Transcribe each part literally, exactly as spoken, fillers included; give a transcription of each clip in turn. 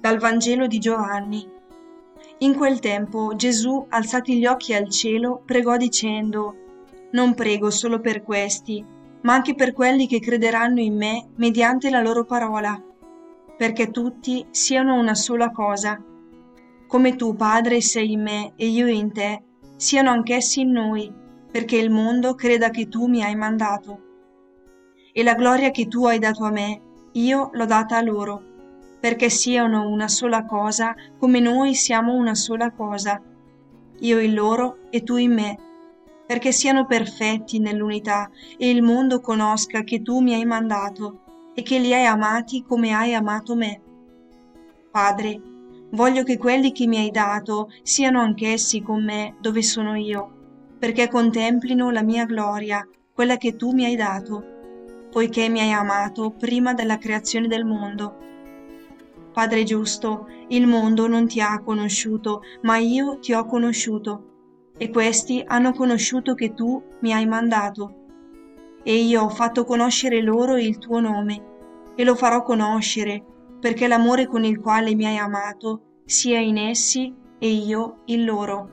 Dal Vangelo di Giovanni. In quel tempo Gesù, alzati gli occhi al cielo, pregò dicendo: Non prego solo per questi, ma anche per quelli che crederanno in me mediante la loro parola, perché tutti siano una sola cosa. Come tu, Padre, sei in me e io in te, siano anch'essi in noi, perché il mondo creda che tu mi hai mandato. E la gloria che tu hai dato a me, io l'ho data a loro, perché siano una sola cosa come noi siamo una sola cosa, io in loro e tu in me, perché siano perfetti nell'unità e il mondo conosca che tu mi hai mandato e che li hai amati come hai amato me. Padre, voglio che quelli che mi hai dato siano anch'essi con me dove sono io, perché contemplino la mia gloria, quella che tu mi hai dato, poiché mi hai amato prima della creazione del mondo. Padre giusto, il mondo non ti ha conosciuto, ma io ti ho conosciuto, e questi hanno conosciuto che tu mi hai mandato. E io ho fatto conoscere loro il tuo nome, e lo farò conoscere, perché l'amore con il quale mi hai amato sia in essi e io in loro.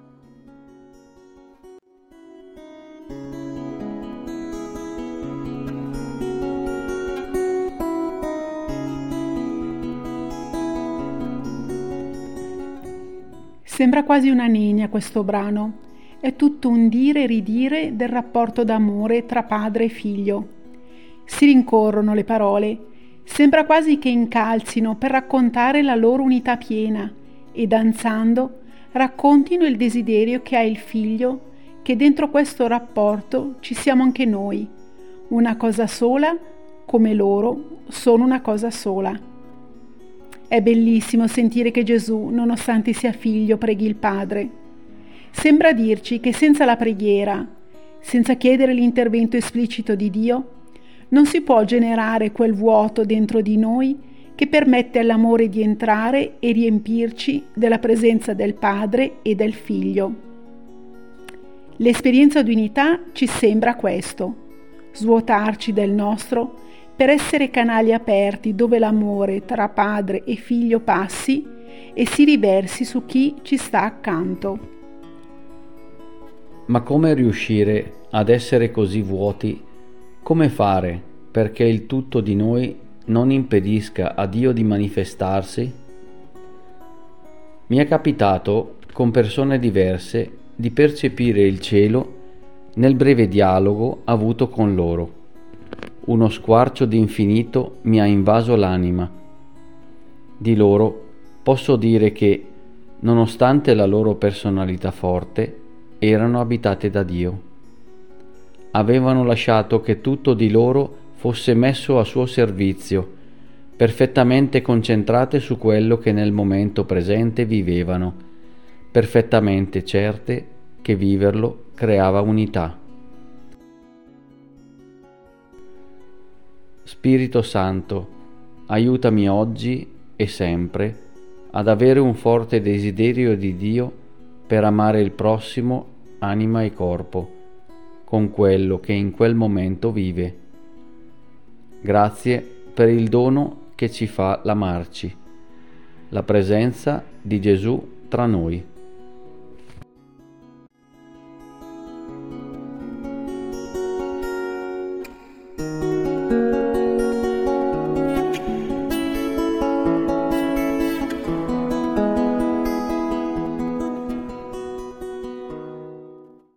Sembra quasi una nenia questo brano. È tutto un dire e ridire del rapporto d'amore tra padre e figlio. Si rincorrono le parole. Sembra quasi che incalzino per raccontare la loro unità piena e, danzando, raccontino il desiderio che ha il figlio che dentro questo rapporto ci siamo anche noi, una cosa sola come loro sono una cosa sola. È bellissimo sentire che Gesù, nonostante sia figlio, preghi il Padre. Sembra dirci che senza la preghiera, senza chiedere l'intervento esplicito di Dio, non si può generare quel vuoto dentro di noi che permette all'amore di entrare e riempirci della presenza del Padre e del Figlio. L'esperienza di unità ci sembra questo: svuotarci del nostro per essere canali aperti dove l'amore tra padre e figlio passi e si riversi su chi ci sta accanto. Ma come riuscire ad essere così vuoti? Come fare perché il tutto di noi non impedisca a Dio di manifestarsi? Mi è capitato, con persone diverse, di percepire il cielo nel breve dialogo avuto con loro. Uno squarcio di infinito mi ha invaso l'anima. Di loro posso dire che, nonostante la loro personalità forte, erano abitate da Dio. Avevano lasciato che tutto di loro fosse messo a suo servizio, perfettamente concentrate su quello che nel momento presente vivevano, perfettamente certe che viverlo creava unità. Spirito Santo, aiutami oggi e sempre ad avere un forte desiderio di Dio per amare il prossimo anima e corpo, con quello che in quel momento vive. Grazie per il dono che ci fa l'amarci, la presenza di Gesù tra noi.